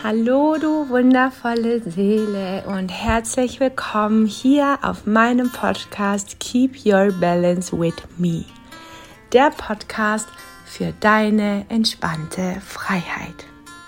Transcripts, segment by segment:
Hallo du wundervolle Seele und herzlich willkommen hier auf meinem Podcast Keep Your Balance with Me. Der Podcast für deine entspannte Freiheit.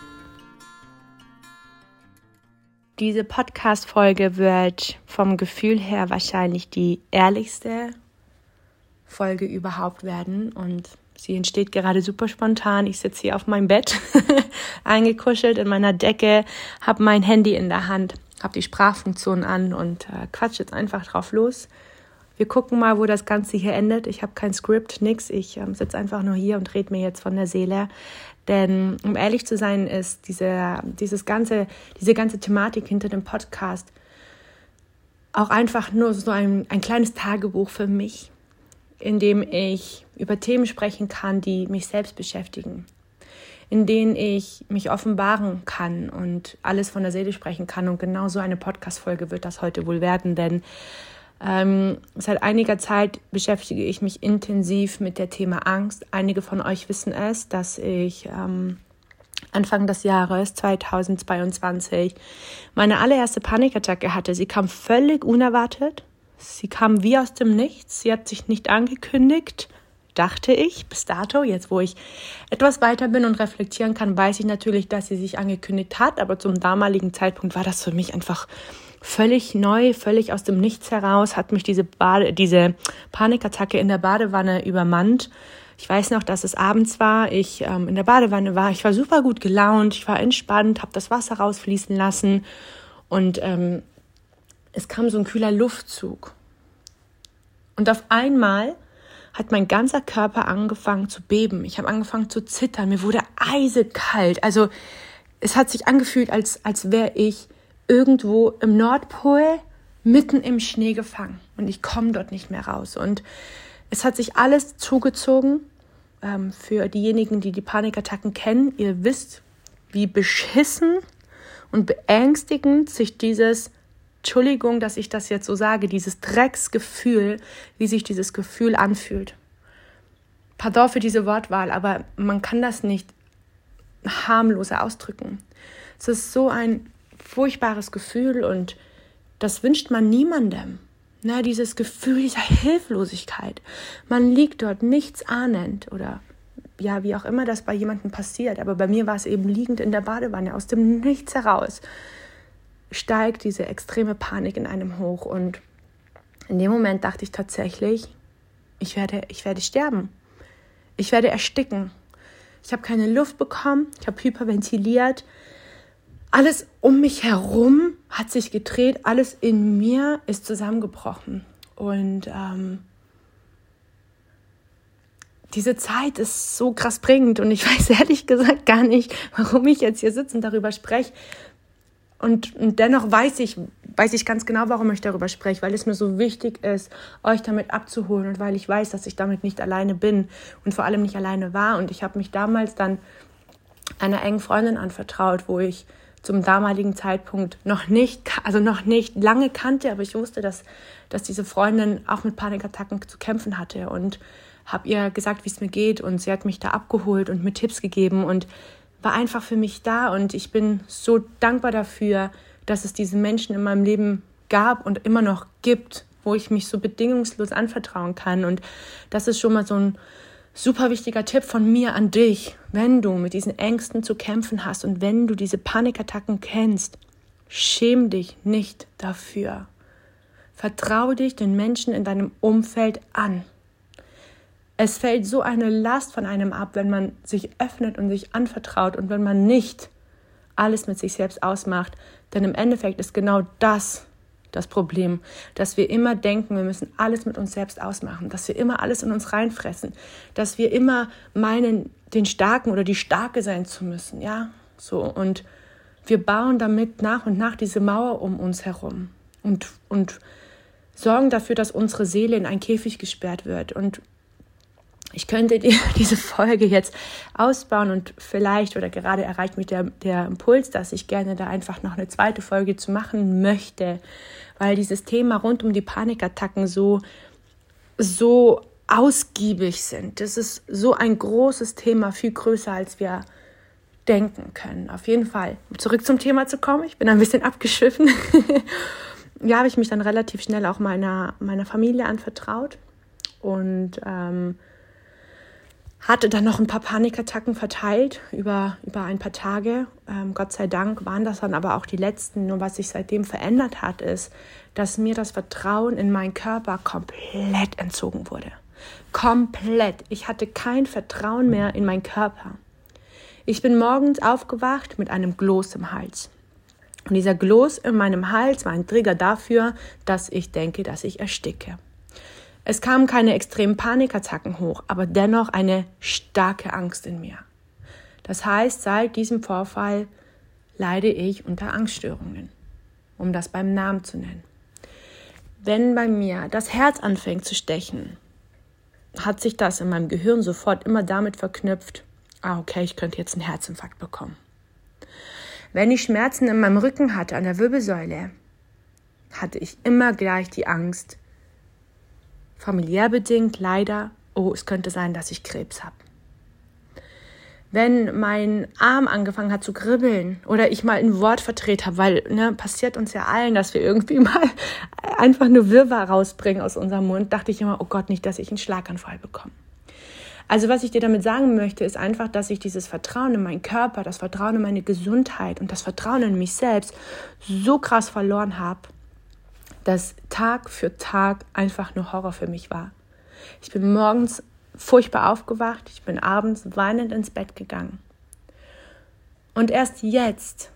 Diese Podcast-Folge wird vom Gefühl her wahrscheinlich die ehrlichste Folge überhaupt werden und sie entsteht gerade super spontan. Ich sitze hier auf meinem Bett, eingekuschelt in meiner Decke, habe mein Handy in der Hand, habe die Sprachfunktion an und quatsch jetzt einfach drauf los. Wir gucken mal, wo das Ganze hier endet. Ich habe kein Skript, nix. Ich sitze einfach nur hier und rede mir jetzt von der Seele. Denn um ehrlich zu sein, ist diese ganze Thematik hinter dem Podcast auch einfach nur so ein kleines Tagebuch für mich, in dem ich über Themen sprechen kann, die mich selbst beschäftigen, in denen ich mich offenbaren kann und alles von der Seele sprechen kann. Und genau so eine Podcast-Folge wird das heute wohl werden, denn seit einiger Zeit beschäftige ich mich intensiv mit dem Thema Angst. Einige von euch wissen es, dass ich Anfang des Jahres 2022 meine allererste Panikattacke hatte. Sie kam völlig unerwartet. Sie kam wie aus dem Nichts. Sie hat sich nicht angekündigt, dachte ich, bis dato. Jetzt, wo ich etwas weiter bin und reflektieren kann, weiß ich natürlich, dass sie sich angekündigt hat. Aber zum damaligen Zeitpunkt war das für mich einfach völlig neu, völlig aus dem Nichts heraus, hat mich diese Panikattacke in der Badewanne übermannt. Ich weiß noch, dass es abends war, ich in der Badewanne war. Ich war super gut gelaunt, ich war entspannt, habe das Wasser rausfließen lassen und es kam so ein kühler Luftzug. Und auf einmal hat mein ganzer Körper angefangen zu beben. Ich habe angefangen zu zittern. Mir wurde eisekalt. Also es hat sich angefühlt, als wäre ich irgendwo im Nordpol mitten im Schnee gefangen. Und ich komme dort nicht mehr raus. Und es hat sich alles zugezogen. Für diejenigen, die die Panikattacken kennen, ihr wisst, wie beschissen und beängstigend sich Entschuldigung, dass ich das jetzt so sage, dieses Drecksgefühl, wie sich dieses Gefühl anfühlt. Pardon für diese Wortwahl, aber man kann das nicht harmloser ausdrücken. Es ist so ein furchtbares Gefühl und das wünscht man niemandem. Na, dieses Gefühl dieser Hilflosigkeit. Man liegt dort nichts ahnend oder ja, wie auch immer das bei jemandem passiert. Aber bei mir war es eben liegend in der Badewanne, aus dem Nichts heraus steigt diese extreme Panik in einem hoch. Und in dem Moment dachte ich tatsächlich, ich werde sterben. Ich werde ersticken. Ich habe keine Luft bekommen, ich habe hyperventiliert. Alles um mich herum hat sich gedreht, alles in mir ist zusammengebrochen. Und diese Zeit ist so krass prägend und ich weiß ehrlich gesagt gar nicht, warum ich jetzt hier sitze und darüber spreche. Und dennoch weiß ich ganz genau, warum ich darüber spreche, weil es mir so wichtig ist, euch damit abzuholen und weil ich weiß, dass ich damit nicht alleine bin und vor allem nicht alleine war. Und ich habe mich damals dann einer engen Freundin anvertraut, wo ich zum damaligen Zeitpunkt noch nicht lange kannte, aber ich wusste, dass diese Freundin auch mit Panikattacken zu kämpfen hatte und habe ihr gesagt, wie es mir geht und sie hat mich da abgeholt und mir Tipps gegeben und war einfach für mich da und ich bin so dankbar dafür, dass es diese Menschen in meinem Leben gab und immer noch gibt, wo ich mich so bedingungslos anvertrauen kann. Und das ist schon mal so ein super wichtiger Tipp von mir an dich, wenn du mit diesen Ängsten zu kämpfen hast und wenn du diese Panikattacken kennst, schäm dich nicht dafür. Vertraue dich den Menschen in deinem Umfeld an. Es fällt so eine Last von einem ab, wenn man sich öffnet und sich anvertraut und wenn man nicht alles mit sich selbst ausmacht. Denn im Endeffekt ist genau das Problem, dass wir immer denken, wir müssen alles mit uns selbst ausmachen, dass wir immer alles in uns reinfressen, dass wir immer meinen, den Starken oder die Starke sein zu müssen. Ja, so. Und wir bauen damit nach und nach diese Mauer um uns herum und sorgen dafür, dass unsere Seele in einen Käfig gesperrt wird. Und ich könnte diese Folge jetzt ausbauen und vielleicht oder gerade erreicht mich der Impuls, dass ich gerne da einfach noch eine zweite Folge zu machen möchte, weil dieses Thema rund um die Panikattacken so ausgiebig sind. Das ist so ein großes Thema, viel größer, als wir denken können. Auf jeden Fall. Um zurück zum Thema zu kommen, ich bin ein bisschen abgeschiffen. Ja, habe ich mich dann relativ schnell auch meiner Familie anvertraut und hatte dann noch ein paar Panikattacken verteilt über ein paar Tage. Gott sei Dank waren das dann aber auch die letzten. Nur was sich seitdem verändert hat, ist, dass mir das Vertrauen in meinen Körper komplett entzogen wurde. Komplett. Ich hatte kein Vertrauen mehr in meinen Körper. Ich bin morgens aufgewacht mit einem Kloß im Hals. Und dieser Kloß in meinem Hals war ein Trigger dafür, dass ich denke, dass ich ersticke. Es kamen keine extremen Panikattacken hoch, aber dennoch eine starke Angst in mir. Das heißt, seit diesem Vorfall leide ich unter Angststörungen, um das beim Namen zu nennen. Wenn bei mir das Herz anfängt zu stechen, hat sich das in meinem Gehirn sofort immer damit verknüpft, okay, ich könnte jetzt einen Herzinfarkt bekommen. Wenn ich Schmerzen in meinem Rücken hatte, an der Wirbelsäule, hatte ich immer gleich die Angst, familiär bedingt, leider, es könnte sein, dass ich Krebs habe. Wenn mein Arm angefangen hat zu kribbeln oder ich mal ein Wort verdreht habe, weil passiert uns ja allen, dass wir irgendwie mal einfach nur Wirrwarr rausbringen aus unserem Mund, dachte ich immer, oh Gott, nicht, dass ich einen Schlaganfall bekomme. Also was ich dir damit sagen möchte, ist einfach, dass ich dieses Vertrauen in meinen Körper, das Vertrauen in meine Gesundheit und das Vertrauen in mich selbst so krass verloren habe, dass Tag für Tag einfach nur Horror für mich war. Ich bin morgens furchtbar aufgewacht, ich bin abends weinend ins Bett gegangen. Und erst jetzt,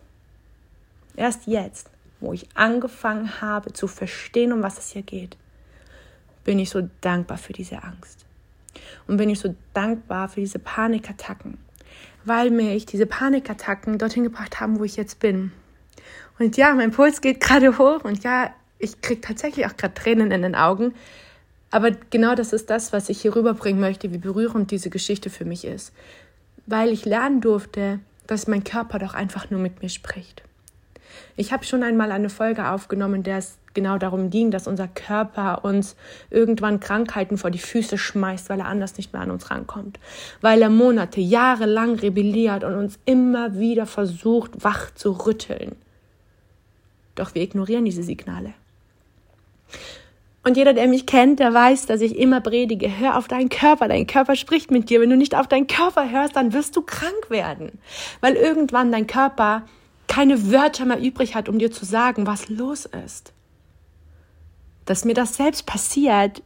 wo ich angefangen habe zu verstehen, um was es hier geht, bin ich so dankbar für diese Angst. Und bin ich so dankbar für diese Panikattacken, weil mich diese Panikattacken dorthin gebracht haben, wo ich jetzt bin. Und ja, mein Puls geht gerade hoch und ja, ich kriege tatsächlich auch gerade Tränen in den Augen. Aber genau das ist das, was ich hier rüberbringen möchte, wie berührend diese Geschichte für mich ist. Weil ich lernen durfte, dass mein Körper doch einfach nur mit mir spricht. Ich habe schon einmal eine Folge aufgenommen, in der es genau darum ging, dass unser Körper uns irgendwann Krankheiten vor die Füße schmeißt, weil er anders nicht mehr an uns rankommt. Weil er Monate, Jahre lang rebelliert und uns immer wieder versucht, wach zu rütteln. Doch wir ignorieren diese Signale. Und jeder, der mich kennt, der weiß, dass ich immer predige, hör auf deinen Körper, dein Körper spricht mit dir. Wenn du nicht auf deinen Körper hörst, dann wirst du krank werden. Weil irgendwann dein Körper keine Wörter mehr übrig hat, um dir zu sagen, was los ist. Dass mir das selbst passiert,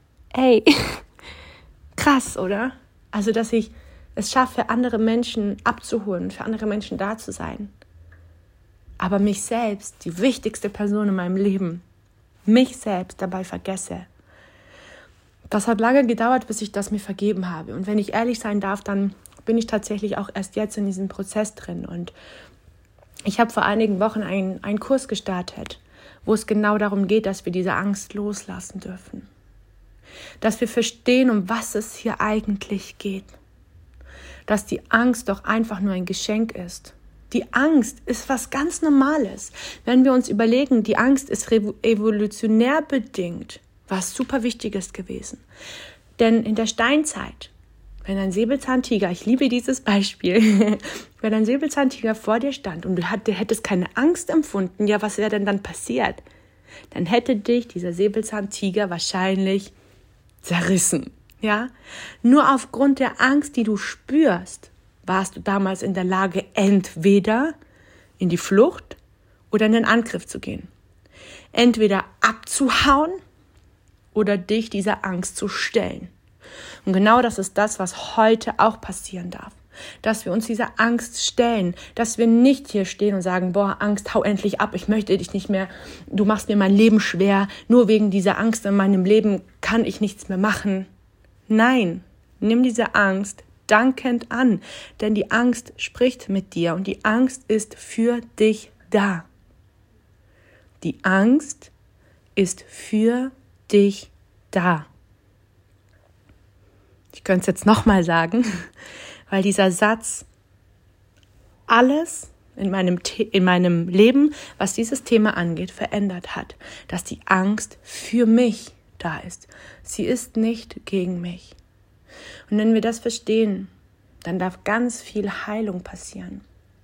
krass, oder? Also, dass ich es schaffe, andere Menschen abzuholen, für andere Menschen da zu sein. Aber mich selbst, die wichtigste Person in meinem Leben, mich selbst dabei vergesse. Das hat lange gedauert, bis ich das mir vergeben habe. Und wenn ich ehrlich sein darf, dann bin ich tatsächlich auch erst jetzt in diesem Prozess drin. Und ich habe vor einigen Wochen einen Kurs gestartet, wo es genau darum geht, dass wir diese Angst loslassen dürfen. Dass wir verstehen, um was es hier eigentlich geht. Dass die Angst doch einfach nur ein Geschenk ist. Die Angst ist was ganz Normales. Wenn wir uns überlegen, die Angst ist evolutionär bedingt, was super Wichtiges gewesen. Denn in der Steinzeit, wenn ein Säbelzahntiger, ich liebe dieses Beispiel, wenn ein Säbelzahntiger vor dir stand und du hättest keine Angst empfunden, ja, was wäre denn dann passiert? Dann hätte dich dieser Säbelzahntiger wahrscheinlich zerrissen. Ja? Nur aufgrund der Angst, die du spürst, warst du damals in der Lage, entweder in die Flucht oder in den Angriff zu gehen. Entweder abzuhauen oder dich dieser Angst zu stellen. Und genau das ist das, was heute auch passieren darf. Dass wir uns dieser Angst stellen, dass wir nicht hier stehen und sagen, boah, Angst, hau endlich ab, ich möchte dich nicht mehr, du machst mir mein Leben schwer, nur wegen dieser Angst in meinem Leben kann ich nichts mehr machen. Nein, nimm diese Angst dankend an, denn die Angst spricht mit dir und die Angst ist für dich da. Die Angst ist für dich da. Ich könnte es jetzt nochmal sagen, weil dieser Satz alles in meinem Leben, was dieses Thema angeht, verändert hat, dass die Angst für mich da ist. Sie ist nicht gegen mich. Und wenn wir das verstehen, dann darf ganz viel Heilung passieren.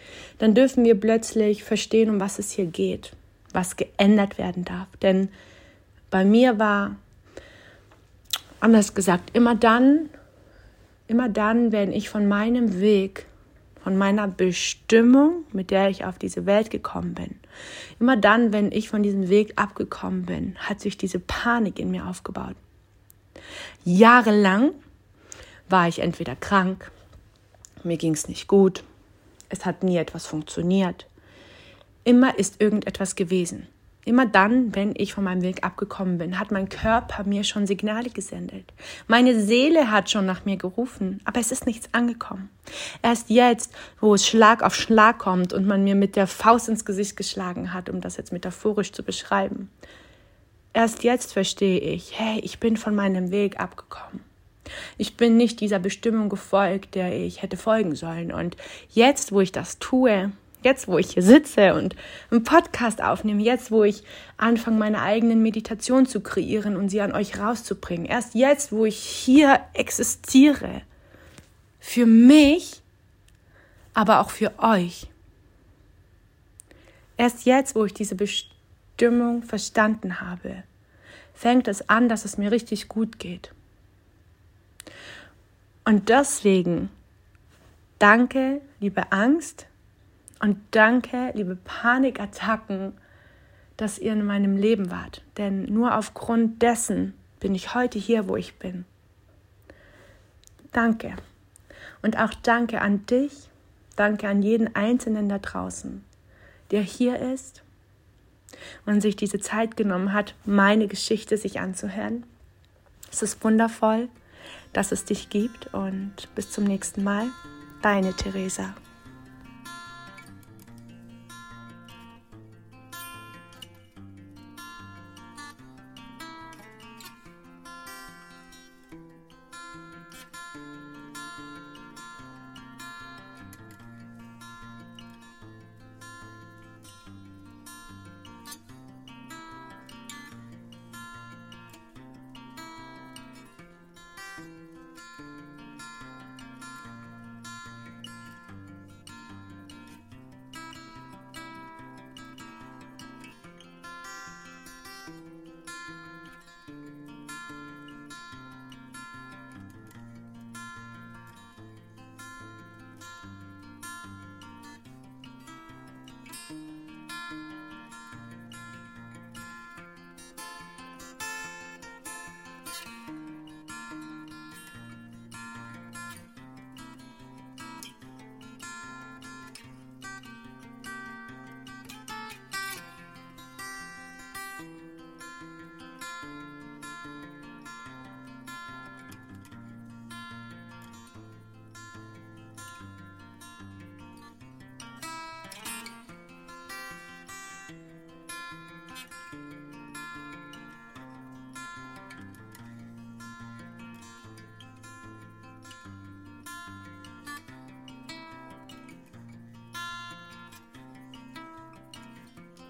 dann dürfen wir plötzlich verstehen, um was es hier geht, was geändert werden darf. Denn bei mir war, anders gesagt, immer dann, wenn ich von meinem Weg, von meiner Bestimmung, mit der ich auf diese Welt gekommen bin, immer dann, wenn ich von diesem Weg abgekommen bin, hat sich diese Panik in mir aufgebaut. Jahrelang war ich entweder krank, mir ging es nicht gut, es hat nie etwas funktioniert. Immer ist irgendetwas gewesen. Immer dann, wenn ich von meinem Weg abgekommen bin, hat mein Körper mir schon Signale gesendet. Meine Seele hat schon nach mir gerufen, aber es ist nichts angekommen. Erst jetzt, wo es Schlag auf Schlag kommt und man mir mit der Faust ins Gesicht geschlagen hat, um das jetzt metaphorisch zu beschreiben, erst jetzt verstehe ich, hey, ich bin von meinem Weg abgekommen. Ich bin nicht dieser Bestimmung gefolgt, der ich hätte folgen sollen. Und jetzt, wo ich das tue, jetzt, wo ich hier sitze und einen Podcast aufnehme, jetzt, wo ich anfange, meine eigenen Meditationen zu kreieren und sie an euch rauszubringen, erst jetzt, wo ich hier existiere, für mich, aber auch für euch. Erst jetzt, wo ich diese Bestimmung verstanden habe, fängt es an, dass es mir richtig gut geht. Und deswegen danke, liebe Angst, und danke, liebe Panikattacken, dass ihr in meinem Leben wart. Denn nur aufgrund dessen bin ich heute hier, wo ich bin. Danke. Und auch danke an dich, danke an jeden Einzelnen da draußen, der hier ist und sich diese Zeit genommen hat, meine Geschichte sich anzuhören. Es ist wundervoll, dass es dich gibt, und bis zum nächsten Mal, deine Theresa.